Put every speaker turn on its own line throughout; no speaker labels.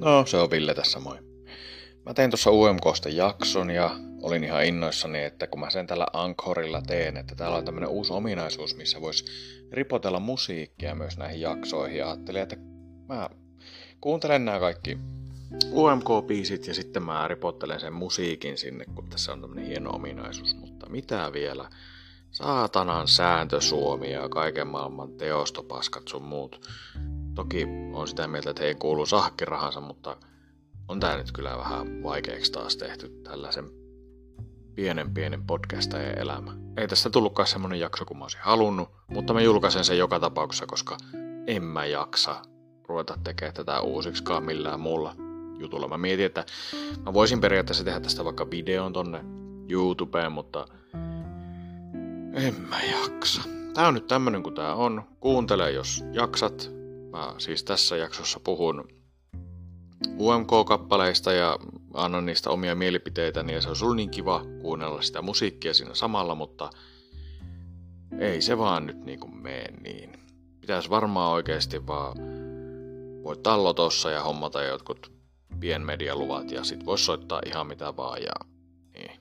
No, se on Ville tässä, moi. Mä tein tuossa UMK:sta jakson ja olin ihan innoissani, että kun mä sen tällä Anchorilla teen, että täällä on tämmönen uusi ominaisuus, missä vois ripotella musiikkia myös näihin jaksoihin. Ja ajattelin, että mä kuuntelen nämä kaikki UMK-biisit ja sitten mä ripottelen sen musiikin sinne, kun tässä on tämmönen hieno ominaisuus. Mutta mitä vielä? Saatanan sääntö Suomi ja kaiken maailman teostopaskat sun muut. Toki on sitä mieltä, että he kuuluu sahkkirahansa, mutta on tää nyt kyllä vähän vaikeaksi taas tehty tällaisen pienen podcastajan elämä. Ei tästä tullutkaan semmonen jakso kuin mä olisin halunnut, mutta mä julkaisen sen joka tapauksessa, koska en mä jaksa ruveta tekemään tätä uusiksikaan millään muulla jutulla. Mä mietin, että mä voisin periaatteessa tehdä tästä vaikka videon tonne YouTubeen, mutta en mä jaksa. Tää on nyt tämmönen kuin tää on. Kuuntele jos jaksat. Mä siis tässä jaksossa puhun UMK-kappaleista ja annan niistä omia mielipiteitäni ja se on sulla niin kiva kuunnella sitä musiikkia siinä samalla, mutta ei se vaan nyt niinku mene niin. Pitäis varmaan oikeesti vaan voittaa lotossa ja hommata jotkut pienmedialuvat ja sit vois soittaa ihan mitä vaan ja niin.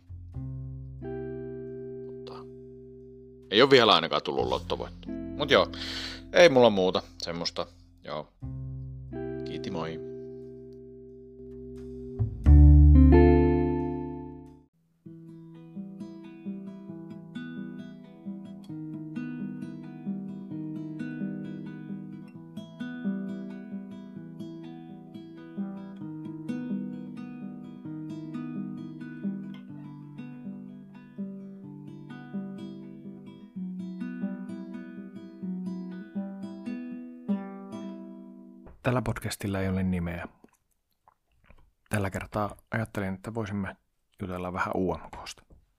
Mutta ei oo vielä ainakaan tullut lottovoitto. Mut joo, ei mulla muuta semmoista. Joo. Kiitti, moi.
Tällä podcastilla ei ole nimeä. Tällä kertaa ajattelin, että voisimme jutella vähän UMK:sta.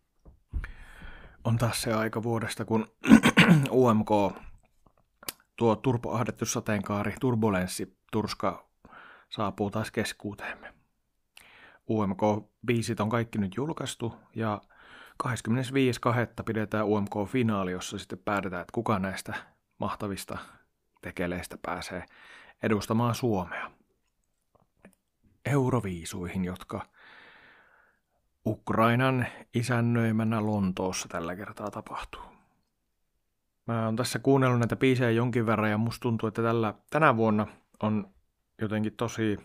On taas se aika vuodesta, kun UMK, tuo turboahdettu sateenkaari, turbulenssi, turska, saapuu taas keskuuteemme. UMK-biisit on kaikki nyt julkaistu ja 25.2. pidetään UMK-finaali, jossa sitten päätetään, että kuka näistä mahtavista tekeleistä pääsee edustamaan Suomea Euroviisuihin, jotka Ukrainan isännöimänä Lontoossa tällä kertaa tapahtuu. Mä oon tässä kuunnellut näitä biisejä jonkin verran ja musta tuntuu, että tänä vuonna on jotenkin tosi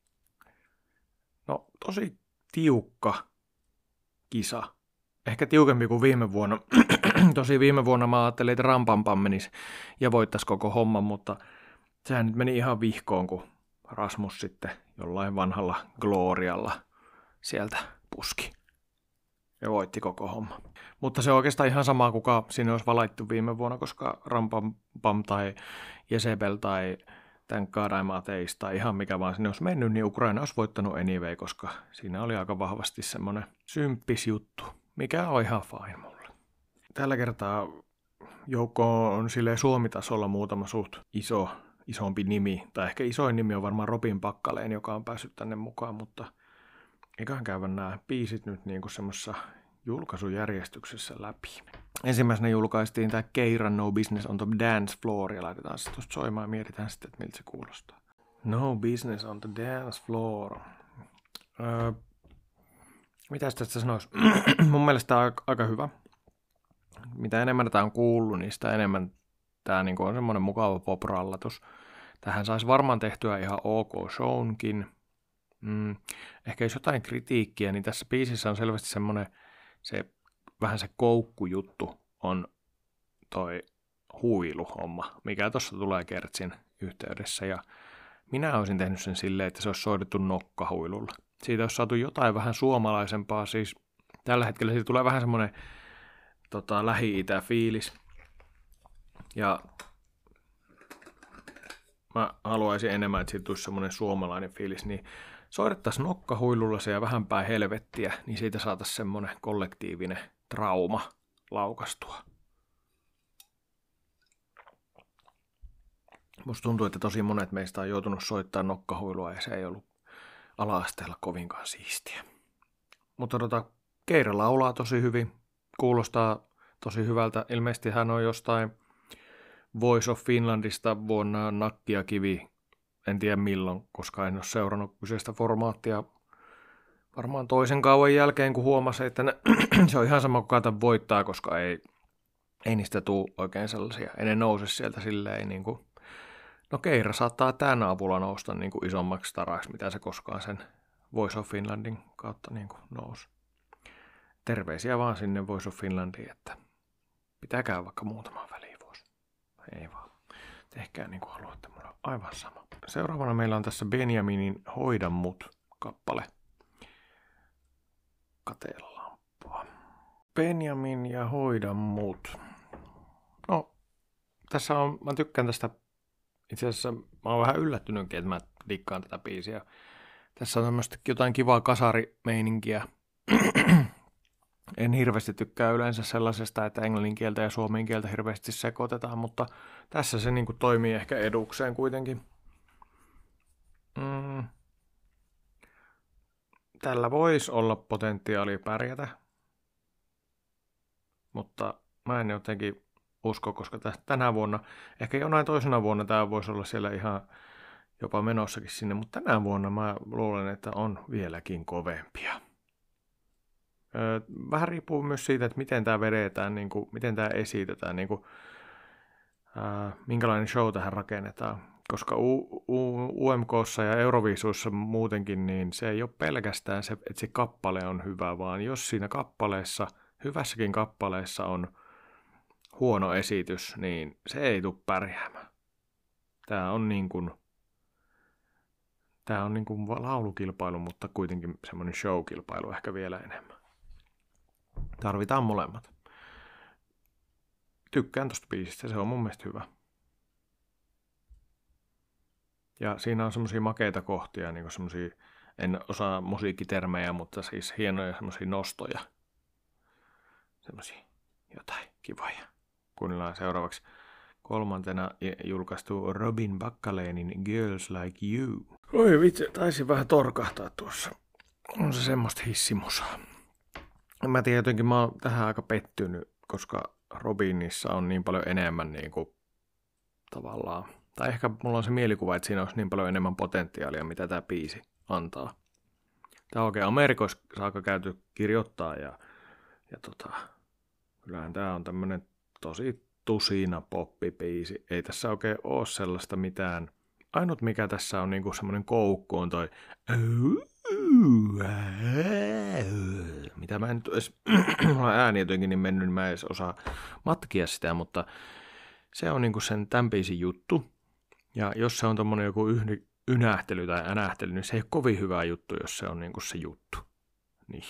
tiukka kisa. Ehkä tiukempi kuin viime vuonna. Tosi viime vuonna mä ajattelin, että Rampampam menisi ja voittaisi koko homman, mutta sehän nyt meni ihan vihkoon, kun Rasmus sitten jollain vanhalla Glorialla sieltä puski ja voitti koko homma. Mutta se on oikeastaan ihan sama, kuka sinne olisi valaittu viime vuonna, koska Rampampam tai Jezebel tai Thank God I'm Atheist tai ihan mikä vaan sinne olisi mennyt, niin Ukraina olisi voittanut anyway, koska siinä oli aika vahvasti semmoinen symppis juttu, mikä on ihan fine mulle. Tällä kertaa joukko on silleen Suomi-tasolla muutama suht isompi nimi, tai ehkä isoin nimi on varmaan Robin Pakkaleen, joka on päässyt tänne mukaan, mutta eiköhän käydä nämä biisit nyt niinku semmoisessa julkaisujärjestyksessä läpi. Ensimmäisenä julkaistiin tämä Keiran No Business on the Dance Floor, ja laitetaan se tuosta soimaan ja mietitään sitten, että miltä se kuulostaa. No Business on the Dance Floor. Mitäs tästä sanoisi? Mun mielestä tämä on aika hyvä. Mitä enemmän tämä on kuullut, niin sitä enemmän tämä niinku on semmoinen mukava pop-rallatus. Tähän saisi varmaan tehtyä ihan ok shownkin. Ehkä jos jotain kritiikkiä, niin tässä biisissä on selvästi semmoinen, vähän se koukkujuttu on toi huiluhomma, mikä tuossa tulee Kertsin yhteydessä. Ja minä olisin tehnyt sen silleen, että se olisi soitettu nokkahuilulla. Siitä olisi saatu jotain vähän suomalaisempaa. Siis tällä hetkellä siitä tulee vähän semmoinen Lähi-Itä-fiilis. Ja mä haluaisin enemmän, että siitä tulisi semmoinen suomalainen fiilis, niin soitettaisiin nokkahuilulla se ja vähän päin helvettiä, niin siitä saataisiin semmoinen kollektiivinen trauma laukastua. Musta tuntuu, että tosi monet meistä on joutunut soittaa nokkahuilua ja se ei ollut ala-asteella kovinkaan siistiä. Mutta Keira laulaa tosi hyvin, kuulostaa tosi hyvältä. Ilmeisesti hän on jostain Voice of Finlandista vuonna Nakki ja Kivi en tiedä milloin, koska en ole seurannut kyseistä formaattia varmaan toisen kauan jälkeen, kun huomasin, että se on ihan sama kuin kaata voittaa, koska ei niistä tule oikein sellaisia. Ei ne nouse sieltä silleen niin kuin, no Keira saattaa tämän avulla nousta niin kuin isommaksi staraksi, mitä se koskaan sen Voice of Finlandin kautta niin kuin nousi. Terveisiä vaan sinne Voice of Finlandiin, että pitäkää vaikka muutama välivuosi. Ei vaan. Tehkää niin kuin haluatte, mulla on aivan sama. Seuraavana meillä on tässä Benjaminin Hoida mut -kappale. Kateenlampua. Benjamin ja Hoida mut. No, tässä on, mä tykkään tästä, itse asiassa mä oon vähän yllättynytkin, että mä dikkaan tätä biisiä. Tässä on tämmöistä jotain kivaa kasarimeininkiä. En hirveästi tykkää yleensä sellaisesta, että englannin kieltä ja suomen kieltä hirveästi sekoitetaan, mutta tässä se niin kuin toimii ehkä edukseen kuitenkin. Tällä voisi olla potentiaalia pärjätä, mutta mä en jotenkin usko, koska tänä vuonna, ehkä jonain toisena vuonna tämä voisi olla siellä ihan jopa menossakin sinne, mutta tänä vuonna mä luulen, että on vieläkin kovempia. Vähän riippuu myös siitä, että miten tämä vedetään, niin kuin, miten tämä esitetään, niin kuin, minkälainen show tähän rakennetaan. Koska UMK:ssa ja Euroviisuissa muutenkin, niin se ei ole pelkästään se, että se kappale on hyvä, vaan jos siinä kappaleessa, hyvässäkin kappaleessa on huono esitys, niin se ei tule pärjäämään. Tämä on niin kuin laulukilpailu, mutta kuitenkin semmoinen showkilpailu ehkä vielä enemmän. Tarvitaan molemmat. Tykkään tosta biisistä, se on mun mielestä hyvä. Ja siinä on semmosia makeita kohtia, niin kuin semmosia, en osaa musiikkitermejä, mutta siis hienoja semmosia nostoja. Semmosia jotain kivoja. Kuunnellaan seuraavaksi kolmantena julkaistu Robin Baccalenin Girls Like You. Oi vitsi, taisin vähän torkahtaa tuossa. On se semmoista hissimusaa. Mä tiedän, jotenkin mä oon tähän aika pettynyt, koska Robinissa on niin paljon enemmän niin kuin tavallaan, tai ehkä mulla on se mielikuva, että siinä olisi niin paljon enemmän potentiaalia, mitä tämä biisi antaa. Tämä on oikein Amerikoissa saakka käyty kirjoittaa ja kyllähän tämä on tämmönen tosi tusina poppibiisi. Ei tässä oikein ole sellaista mitään. Ainut mikä tässä on niinku semmoinen koukku on toi mitä mä en nyt edes, mulla on ääni jotenkin niin mennyt, niin mä en edes osaa matkia sitä, mutta se on niinku sen tämän biisin juttu. Ja jos se on tommonen joku ynähtely tai änähtely, niin se ei ole kovin hyvä juttu, jos se on niinku se juttu. Niin.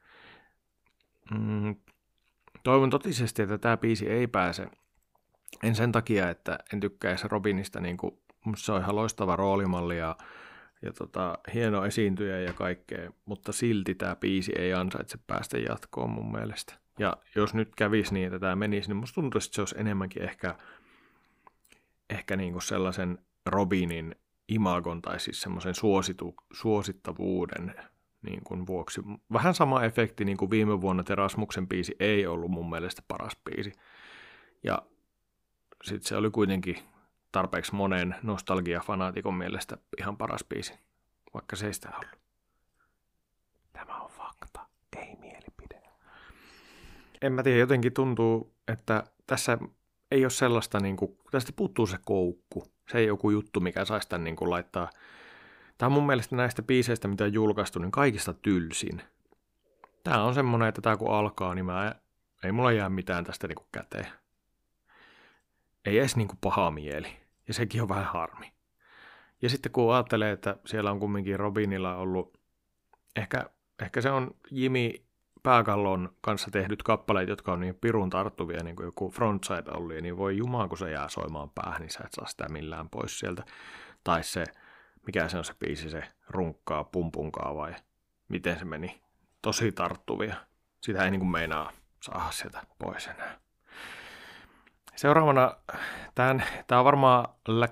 Toivon totisesti, että tämä biisi ei pääse. En sen takia, että en tykkäisi Robinista, niinku, musta se on ihan loistava roolimalli ja hieno esiintyjä ja kaikkea, mutta silti tämä biisi ei ansaitse päästä jatkoon mun mielestä. Ja jos nyt kävisi niin, että tämä menisi, niin musta tuntuu, että se olisi enemmänkin ehkä niinku sellaisen Robinin imagon tai siis semmoisen suosittavuuden niin kuin vuoksi. Vähän sama efekti niin kuin viime vuonna Terasmuksen biisi ei ollut mun mielestä paras biisi. Ja sitten se oli kuitenkin tarpeeksi monen nostalgiafanaatikon mielestä ihan paras biisi, vaikka se ei sitä ollut. Tämä on fakta, ei mielipide. En mä tiedä, jotenkin tuntuu, että tässä ei ole sellaista, niin kuin, tästä puuttuu se koukku. Se ei joku juttu, mikä saisi tämän niin kuin laittaa. Tämä on mun mielestä näistä biiseistä, mitä on julkaistu, niin kaikista tylsin. Tämä on semmoinen, että tämä kun alkaa, niin ei mulla jää mitään tästä niin kuin käteen. Ei edes niin kuin paha mieli. Ja sekin on vähän harmi. Ja sitten kun ajattelee, että siellä on kumminkin Robinilla ollut, ehkä se on Jimmy Pääkallon kanssa tehdyt kappaleet, jotka on niin pirun tarttuvia, niin kuin joku Frontside oli, niin voi jumaa, kun se jää soimaan päähän, niin sä et saa sitä millään pois sieltä. Tai se, mikä se on se biisi, se runkkaa, pumpunkaa vai miten se meni. Tosi tarttuvia. Sitä ei niin kuin meinaa saada sieltä pois enää. Seuraavana, tämä on varmaan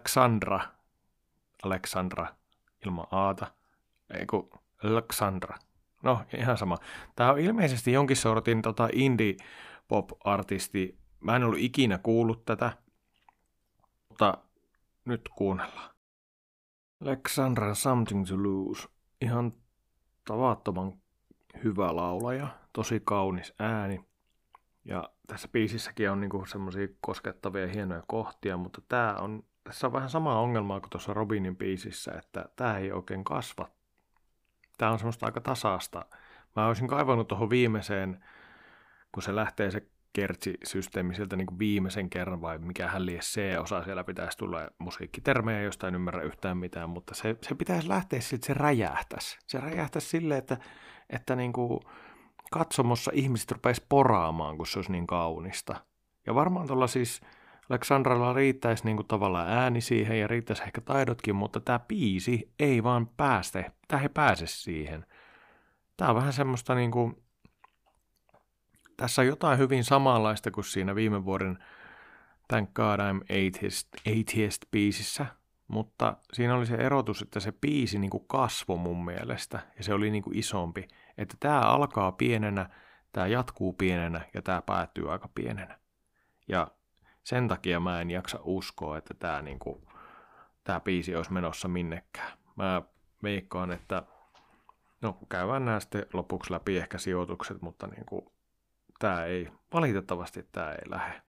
Alexandra ilman aata, ei kun Alexandra. No, ihan sama. Tämä on ilmeisesti jonkin sortin indie-pop-artisti. Mä en ollut ikinä kuullut tätä, mutta nyt kuunnellaan. Alexandra Something to Lose. Ihan tavattoman hyvä laulaja, tosi kaunis ääni. Ja tässä biisissäkin on niinku semmosia koskettavia hienoja kohtia, mutta tässä on vähän sama ongelma kuin tuossa Robinin biisissä, että tää ei oikein kasva. Tää on semmoista aika tasaista. Mä olisin kaivannut tuohon viimeiseen, kun se lähtee se kertsisysteemi sieltä niin kuin viimeisen kerran, vai mikähän lie C-osa, siellä pitäisi tulla musiikkitermejä, josta en ymmärrä yhtään mitään, mutta se pitäisi lähteä siltä, että se räjähtäisi. Se räjähtäisi silleen, että niin kuin katsomossa ihmiset rupeaisi poraamaan, kun se olisi niin kaunista. Ja varmaan tuolla siis Alexandralla riittäisi niin kuin tavallaan ääni siihen ja riittäisi ehkä taidotkin, mutta tämä biisi ei vaan tämä ei pääse siihen. Tämä on vähän semmoista niin kuin, tässä on jotain hyvin samanlaista kuin siinä viime vuoden Thank God I'm Atheist biisissä, mutta siinä oli se erotus, että se biisi niin kuin kasvoi mun mielestä ja se oli niin kuin isompi, että tämä alkaa pienenä, tämä jatkuu pienenä ja tämä päättyy aika pienenä. Ja sen takia mä en jaksa uskoa, että tämä biisi olisi menossa minnekään. Mä veikkaan, että no käydään nämä sitten lopuksi läpi ehkä sijoitukset, mutta niin kuin valitettavasti tämä ei lähde.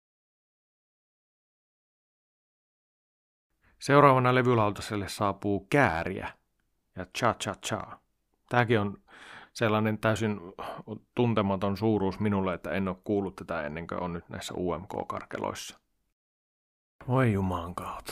Seuraavana levylautaselle saapuu Kääriä ja Cha Cha Cha. Tämäkin on sellainen täysin tuntematon suuruus minulle, että en ole kuullut tätä ennen kuin on nyt näissä UMK-karkeloissa. Voi juman kautta.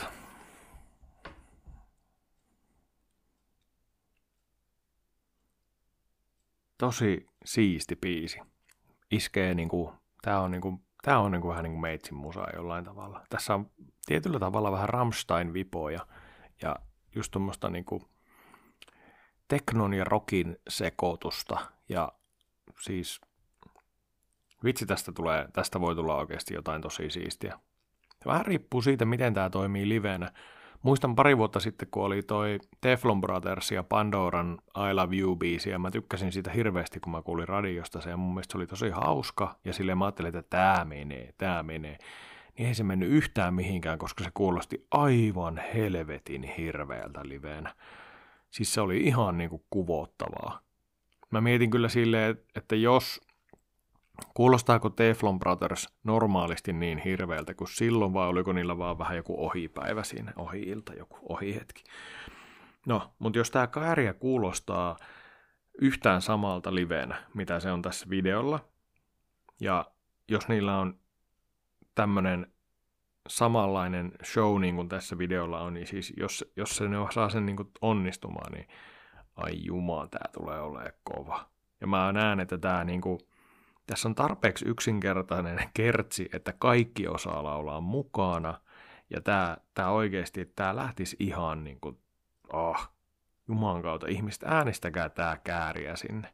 Tosi siisti biisi. Iskee niinku, tää on vähän niinku meitsin musaa jollain tavalla. Tässä on tietyllä tavalla vähän Rammstein-vipoja ja just tommoista niinku teknon ja rockin sekoitusta ja siis vitsi tästä voi tulla oikeasti jotain tosi siistiä. Vähän riippuu siitä, miten tää toimii livenä. Muistan pari vuotta sitten, kun oli toi Teflon Brothers ja Pandoran I Love You-biisi, ja mä tykkäsin siitä hirveästi, kun mä kuulin radiosta se, ja mun mielestä se oli tosi hauska, ja silleen mä ajattelin, että tää menee. Niin ei se mennyt yhtään mihinkään, koska se kuulosti aivan helvetin hirveältä livenä. Siis se oli ihan niinku kuvottavaa. Mä mietin kyllä silleen, että kuulostaako Teflon Brothers normaalisti niin hirveältä kuin silloin, vai oliko niillä vaan vähän joku ohipäivä siinä, ohi-ilta, joku ohihetki. No, mutta jos tämä Kääriä kuulostaa yhtään samalta livenä, mitä se on tässä videolla, ja jos niillä on tämmöinen samanlainen show niin kuin tässä videolla on, niin siis jos se saa sen niin kuin onnistumaan, niin ai jumaa, tämä tulee olemaan kova. Ja mä näen, että tämä niinku tässä on tarpeeksi yksinkertainen kertsi, että kaikki osaa laulaa mukana, ja tämä oikeasti, tämä lähtisi ihan niin kuin, juman kautta, ihmiset äänestäkää tämä Kääriä sinne.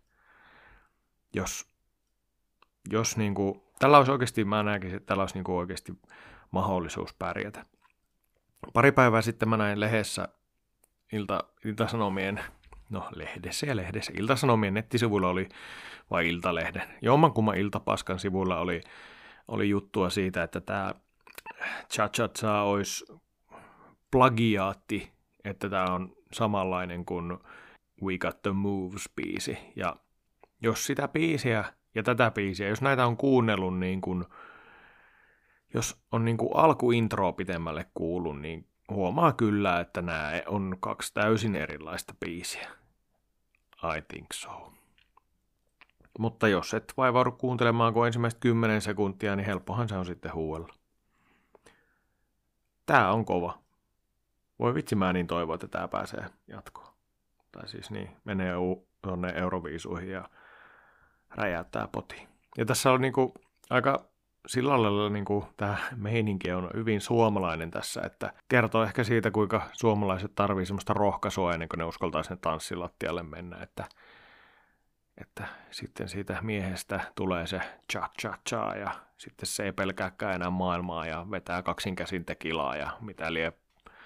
Jos niin kuin, tällä olisi oikeasti, mä näkisin, että tällä olisi niin kuin oikeasti mahdollisuus pärjätä. Pari päivää sitten mä näin lehdessä Ilta-Sanomien, lehdessä, Ilta-Sanomien nettisivuilla oli, vai Iltalehden, jommankumman Iltapaskan sivuilla oli juttua siitä, että tämä Cha-Cha-Cha olisi plagiaatti, että tämä on samanlainen kuin We Got the Moves-biisi. Ja jos sitä biisiä ja tätä biisiä, jos näitä on kuunnellut, niin kuin, jos on niin kuin alkuintroa pitemmälle kuullut, niin huomaa kyllä, että nämä on kaksi täysin erilaista biisiä. I think so. Mutta jos et vaivaudu kuuntelemaan kuin ensimmäistä 10 sekuntia, niin helppohan se on sitten huuella. Tää on kova. Voi vitsi, mä niin toivon, että tää pääsee jatkoon. Tai siis niin, menee tuonne Euroviisuihin ja räjäyttää potiin. Ja tässä on niinku aika sillä lailla niinku tää meininki on hyvin suomalainen tässä, että kertoo ehkä siitä, kuinka suomalaiset tarvii semmoista rohkaisua ennen kuin ne uskaltaa sen tanssilattialle mennä, että sitten siitä miehestä tulee se cha-cha-cha ja sitten se ei pelkääkään enää maailmaa ja vetää kaksin käsin tekilaa ja mitä lie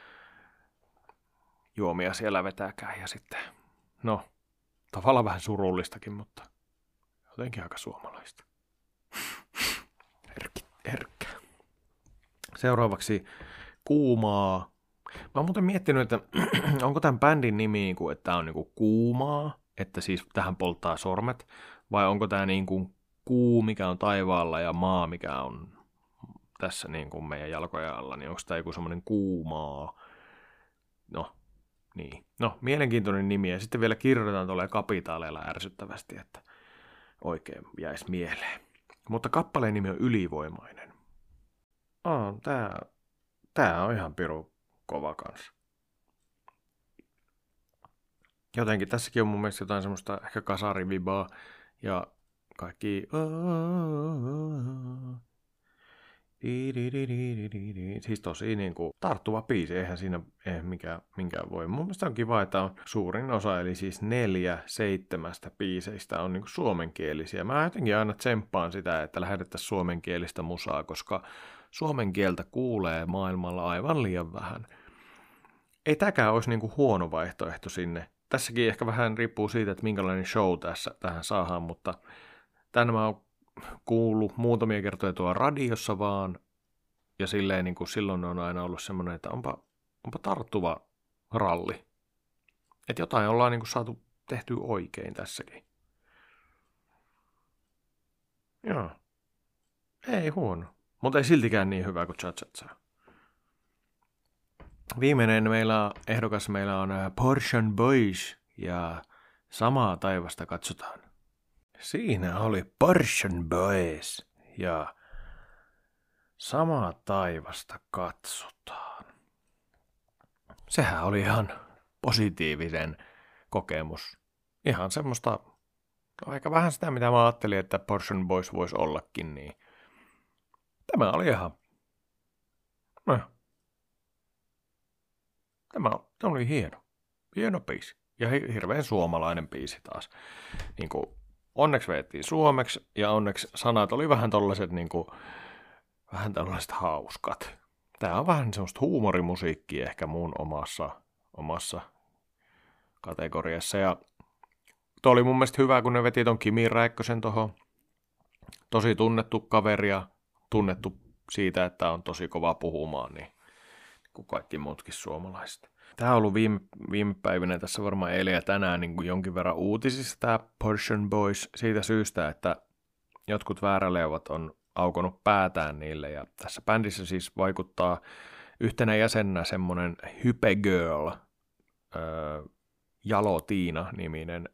juomia siellä vetääkään ja sitten, tavallaan vähän surullistakin, mutta jotenkin aika suomalaista. Herkkä. Seuraavaksi kuumaa Mä oon muuten miettinyt, että onko tämän bändin nimi, että tää on niinku kuumaa, että siis tähän polttaa sormet, vai onko tää niinku kuu, mikä on taivaalla, ja maa, mikä on tässä niinku meidän jalkojen alla, niin onko tää joku semmoinen kuumaa? No, niin. No, mielenkiintoinen nimi, ja sitten vielä kirjoitetaan tuolla kapitaaleilla ärsyttävästi, että oikein jäisi mieleen. Mutta kappaleen nimi on Ylivoimainen. Tää on ihan piru kova kanssa. Jotenkin tässäkin on mun mielestä jotain semmoista ehkä kasarivibaa ja kaikki siis tosi niinku tarttuva biisi, eihän siinä minkään voi. Mun mielestä on kiva, että on suurin osa, eli siis 4/7 biiseistä on niinku suomenkielisiä. Mä jotenkin aina tsemppaan sitä, että lähetettäisiin suomenkielistä musaa, koska suomen kieltä kuulee maailmalla aivan liian vähän. Ei tämäkään olisi niinku huono vaihtoehto sinne. Tässäkin ehkä vähän riippuu siitä, että minkälainen show tähän saadaan, mutta tänne mä oon kuullut muutamia kertoja tuolla radiossa vaan, ja silleen niin kuin silloin on aina ollut semmoinen, että onpa tarttuva ralli. Että jotain ollaan niin kuin saatu tehtyä oikein tässäkin. Joo. Ei huono. Mutta ei siltikään niin hyvä kuin Cha-Cha-Cha. Viimeinen ehdokas meillä on Portion Boys ja Samaa taivasta katsotaan. Siinä oli Portion Boys ja Samaa taivasta katsotaan. Sehän oli ihan positiivinen kokemus. Ihan semmoista, aika vähän sitä mitä mä ajattelin, että Portion Boys voisi ollakin, niin tämä oli ihan, tämä oli hieno biisi ja hirveän suomalainen biisi taas. Niin kuin onneksi veettiin suomeksi ja onneksi sanat oli vähän tollaiset vähän tällaiset hauskat. Tää on vähän semmoista huumorimusiikkia ehkä mun omassa kategoriassa. Ja tuo oli mun mielestä hyvä, kun ne veti ton Kimi Räikkösen tohon. Tosi tunnettu kaveri ja tunnettu siitä, että on tosi kova puhumaan, niin kuin kaikki muutkin suomalaiset. Tämä on ollut viime päivinä tässä varmaan eilen ja tänään niin kuin jonkin verran uutisissa tämä Portion Boys siitä syystä, että jotkut vääräleuvat on aukonut päätään niille ja tässä bändissä siis vaikuttaa yhtenä jäsenenä semmoinen Hype Girl, Jalo Tiina-niminen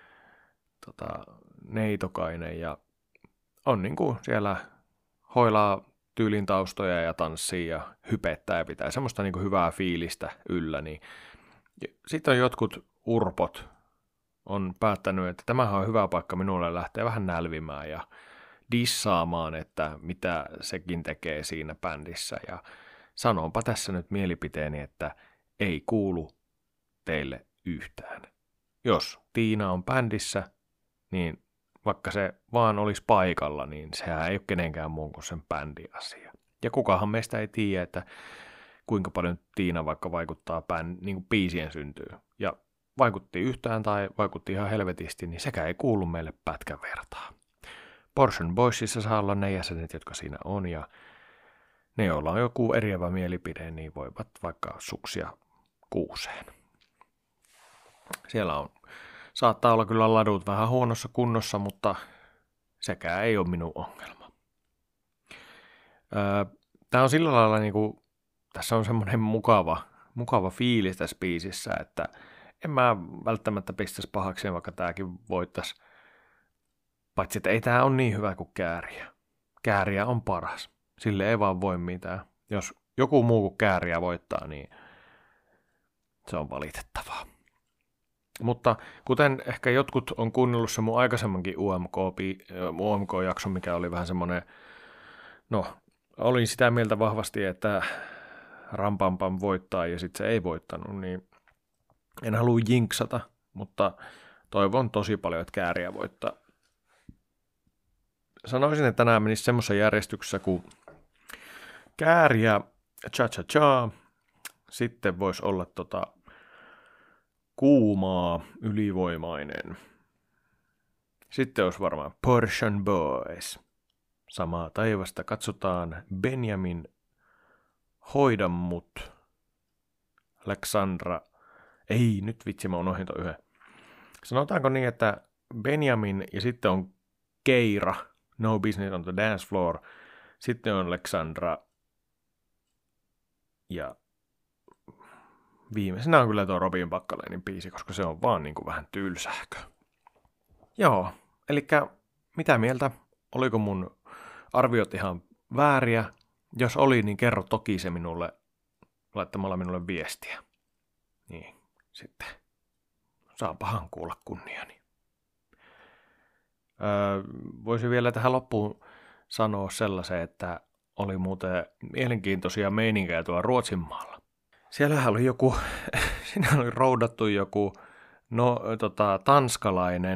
neitokainen ja on niin kuin siellä hoilaa tyylin taustoja ja tanssii ja hypettää ja pitää semmoista niin kuin hyvää fiilistä yllä. Niin. Sitten on jotkut urpot on päättänyt, että tämähän on hyvä paikka minulle lähteä vähän nälvimään ja dissaamaan, että mitä sekin tekee siinä bändissä. Ja sanonpa tässä nyt mielipiteeni, että ei kuulu teille yhtään. Jos Tiina on bändissä, niin vaikka se vaan olisi paikalla, niin sehän ei ole kenenkään muun kuin sen bändin asia. Ja kukahan meistä ei tiedä, että kuinka paljon Tiina vaikka vaikuttaa niin kuin biisien syntyyn. Ja vaikutti yhtään tai vaikutti ihan helvetisti, niin sekä ei kuulu meille pätkän vertaa. Portion Boysissa saa olla ne jäsenet, jotka siinä on, ja ne, joilla on joku eriävä mielipide, niin voivat vaikka suksia kuuseen. Siellä saattaa olla kyllä ladut vähän huonossa kunnossa, mutta sekään ei ole minun ongelma. Tämä on sillä lailla, niin kuin, tässä on semmoinen mukava fiilis tässä biisissä, että en mä välttämättä pistäisi pahaksi, vaikka tämäkin voittaisi. Paitsi, että ei tämä ole niin hyvä kuin Kääriä. Kääriä on paras. Sille ei vaan voi mitään. Jos joku muu kuin Kääriä voittaa, niin se on valitettavaa. Mutta kuten ehkä jotkut on kuunnellut se mun aikaisemmankin UMK-jakson, mikä oli vähän semmoinen, olin sitä mieltä vahvasti, että Rampampam voittaa ja sitten se ei voittanut, niin en halua jinksata, mutta toivon tosi paljon, että Kääriä voittaa. Sanoisin, että nämä menisivät semmoisessa järjestyksessä kuin Kääriä, Cha-Cha-Cha, sitten voisi olla Kuumaa, Ylivoimainen. Sitten olisi varmaan Portion Boys. Samaa taivasta katsotaan Benjamin, Hoida mut. Alexandra, ei nyt vitsi, mä unohdin ton yhden. Sanotaanko niin, että Benjamin ja sitten on Keira, No Business on the Dance Floor, sitten on Alexandra ja viimeisenä on kyllä tuo Robin Packalenin biisi, koska se on vaan niin kuin vähän tylsähkö. Joo, eli mitä mieltä? Oliko mun arviot ihan vääriä? Jos oli, niin kerro toki se minulle laittamalla minulle viestiä. Niin, sitten saapahan kuulla kunniani. Voisin vielä tähän loppuun sanoa sellaisen, että oli muuten mielenkiintoisia meininkiä tuolla Ruotsinmaalla. Siellähän oli siinä oli roudattu joku tanskalainen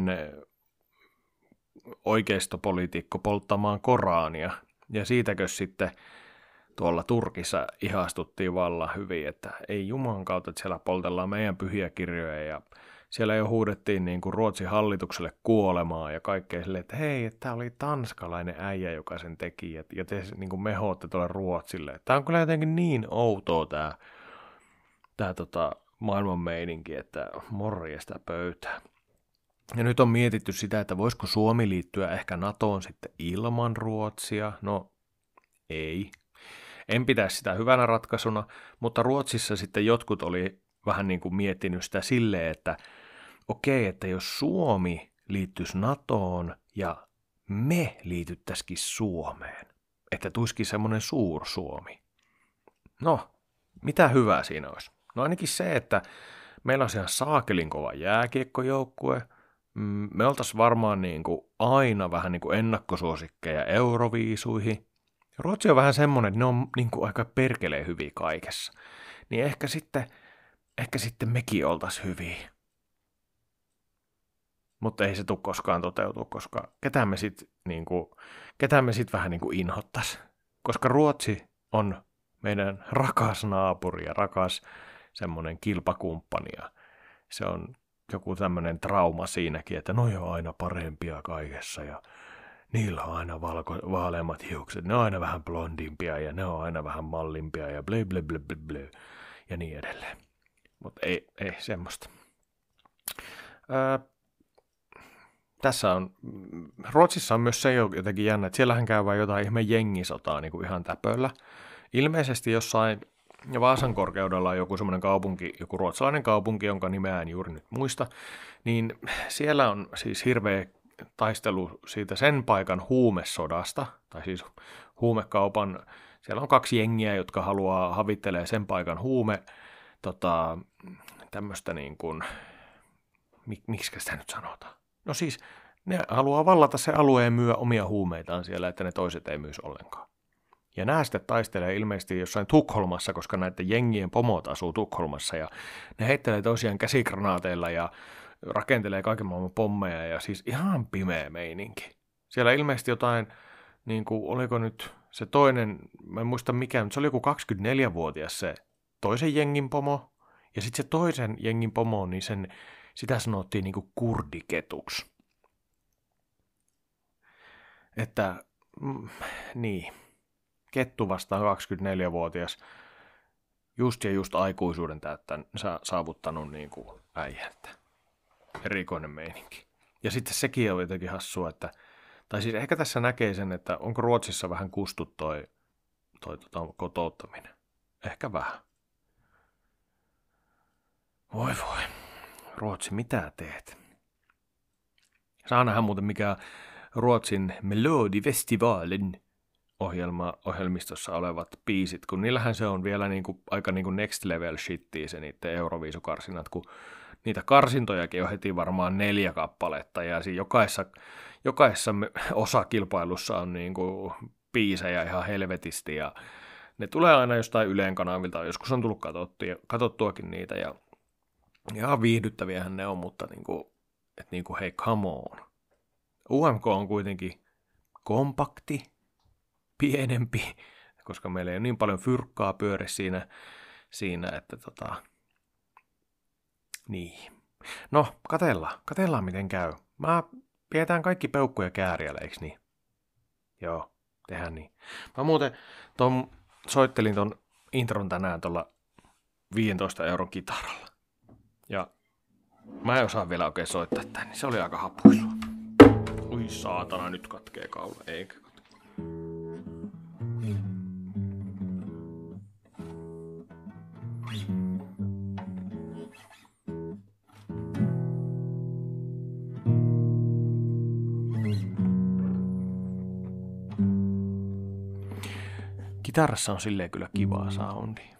oikeistopoliitikko polttamaan Korania. Ja siitäkö sitten tuolla Turkissa ihastuttiin vallan hyvin, että ei Jumalan kautta, että siellä poltellaan meidän pyhiä kirjoja ja siellä jo huudettiin niin kuin Ruotsin hallitukselle kuolemaa ja kaikkea silleen, että hei, että tämä oli tanskalainen äijä, joka sen teki ja te niin kuin mehootte tuolle Ruotsille. Tämä on kyllä jotenkin niin outoa tämä maailman meininki, että morjesta pöytää. Ja nyt on mietitty sitä, että voisiko Suomi liittyä ehkä NATOon sitten ilman Ruotsia. No ei. En pitäisi sitä hyvänä ratkaisuna, mutta Ruotsissa sitten jotkut oli vähän niin kuin miettinyt sitä silleen, että okei, että jos Suomi liittyisi NATOon ja me liityttäisikin Suomeen, että tuisikin semmoinen suur-Suomi. No, mitä hyvää siinä olisi? No ainakin se, että meillä on ihan saakelin kova jääkiekkojoukkue. Me oltaisiin varmaan niin kuin aina vähän niin kuin ennakkosuosikkeja Euroviisuihin. Ruotsi on vähän semmoinen, että ne on niin kuin aika perkeleen hyviä kaikessa. Niin ehkä sitten mekin oltaisiin hyviä. Mutta ei se tule koskaan toteutua, koska ketään me sitten vähän niin kuin inhottaisi. Koska Ruotsi on meidän rakas naapuri ja rakas semmoinen kilpakumppani. Ja se on joku tämmöinen trauma siinäkin, että no on aina parempia kaikessa ja niillä on aina vaaleammat hiukset, ne on aina vähän blondimpia ja ne on aina vähän mallimpia ja ble ble ble ble ble ja niin edelleen. Mutta ei semmoista. Ruotsissa on myös se jotenkin jännä, että siellähän käy vain jotain ihme jengisotaa niin kuin ihan täpöllä. Ilmeisesti jossain Vaasan korkeudella on joku semmoinen kaupunki, joku ruotsalainen kaupunki, jonka nimeä en juuri nyt muista, niin siellä on siis hirveä taistelu siitä sen paikan huumesodasta, tai siis huumekaupan, siellä on 2 jengiä, jotka haluaa havittelee sen paikan tämmöistä niin kuin, miksi sitä nyt sanotaan? No siis, ne haluaa vallata se alueen myö omia huumeitaan siellä, että ne toiset ei myys ollenkaan. Ja nämä sitten taistelee ilmeisesti jossain Tukholmassa, koska näiden jengien pomot asuu Tukholmassa, ja ne heittelee toisiaan käsikranaateilla ja rakentelee kaiken maailman pommeja, ja siis ihan pimeä meininki. Siellä ilmeisesti jotain, niin kuin, oliko nyt se toinen, mä en muista mikä, mutta se oli joku 24-vuotias se toisen jengin pomo, ja sitten se toisen jengin pomo, niin sitä sanottiin niin kuin kurdiketuksi. Että, niin, kettu vastaan 24-vuotias, just aikuisuuden saavuttanut niin kuin äijä, että erikoinen meininki. Ja sitten sekin on jotenkin hassua, että, tai siis ehkä tässä näkee sen, että onko Ruotsissa vähän kustut toi kotouttaminen. Ehkä vähän. Voi. Ruotsi, mitä teet? Saa nähdä muuten mikä Ruotsin Melodifestivalen ohjelmistossa olevat biisit, kun niillähän se on vielä aika next level shittiä se niiden Euroviisukarsinat, kun niitä karsintojakin on heti varmaan 4 kappaletta, ja jokaisessa osakilpailussa on biisejä ihan helvetisti, ja ne tulee aina jostain Ylen kanavilta, joskus on tullut katsottuakin niitä, ja ihan viihdyttäviähän ne on, mutta hei, come on. UMK on kuitenkin kompakti, pienempi, koska meillä ei ole niin paljon fyrkkaa pyöri siinä että niin. No, katellaan miten käy. Mä pidetään kaikki peukkuja kääriällä, eiks niin? Joo, tehdään niin. Mä muuten soittelin ton intron tänään tuolla 15 euron kitaralla. Ja mä en osaa vielä oikein soittaa tän, niin se oli aika hapuisua. Ui saatana, nyt katkee kaula, eikä katkee. Kitarassa on silleen kyllä kivaa soundi.